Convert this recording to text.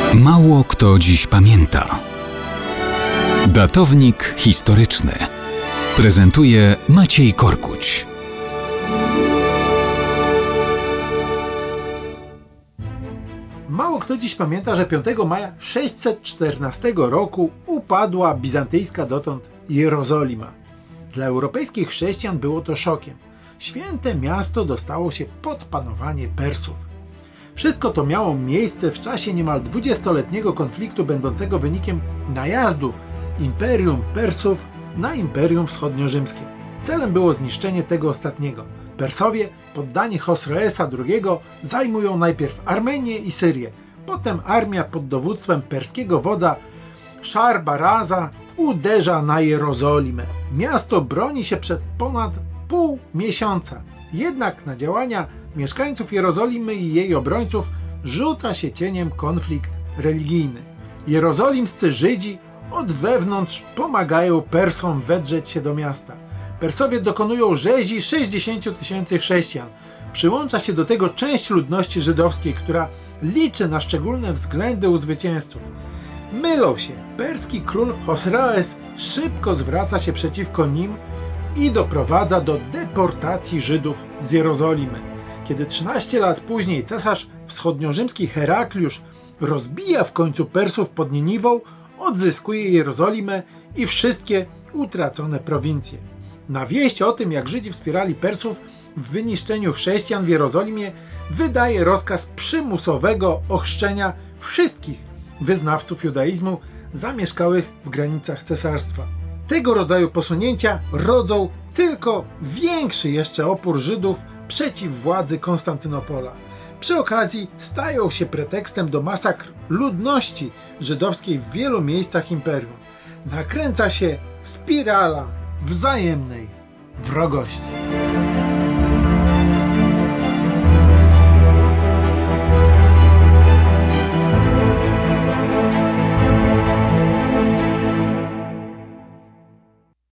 Mało kto dziś pamięta. Datownik historyczny prezentuje Maciej Korkuć. Mało kto dziś pamięta, że 5 maja 614 roku upadła bizantyjska dotąd Jerozolima. Dla europejskich chrześcijan było to szokiem. Święte miasto dostało się pod panowanie Persów. Wszystko to miało miejsce w czasie niemal 20-letniego konfliktu będącego wynikiem najazdu Imperium Persów na Imperium Wschodniorzymskie. Celem było zniszczenie tego ostatniego. Persowie, poddani Chosroesa II, zajmują najpierw Armenię i Syrię. Potem armia pod dowództwem perskiego wodza Szar-Baraza uderza na Jerozolimę. Miasto broni się przez ponad pół miesiąca. Jednak na działania mieszkańców Jerozolimy i jej obrońców rzuca się cieniem konflikt religijny. Jerozolimscy Żydzi od wewnątrz pomagają Persom wedrzeć się do miasta. Persowie dokonują rzezi 60 000 chrześcijan. Przyłącza się do tego część ludności żydowskiej, która liczy na szczególne względy u zwycięzców. Mylą się. Perski król Chosroes szybko zwraca się przeciwko nim i doprowadza do deportacji Żydów z Jerozolimy. Kiedy 13 lat później cesarz wschodniorzymski Herakliusz rozbija w końcu Persów pod Niniwą, odzyskuje Jerozolimę i wszystkie utracone prowincje. Na wieść o tym, jak Żydzi wspierali Persów w wyniszczeniu chrześcijan w Jerozolimie, wydaje rozkaz przymusowego ochrzczenia wszystkich wyznawców judaizmu zamieszkałych w granicach cesarstwa. Tego rodzaju posunięcia rodzą tylko większy jeszcze opór Żydów przeciw władzy Konstantynopola. Przy okazji stają się pretekstem do masakr ludności żydowskiej w wielu miejscach imperium. Nakręca się spirala wzajemnej wrogości.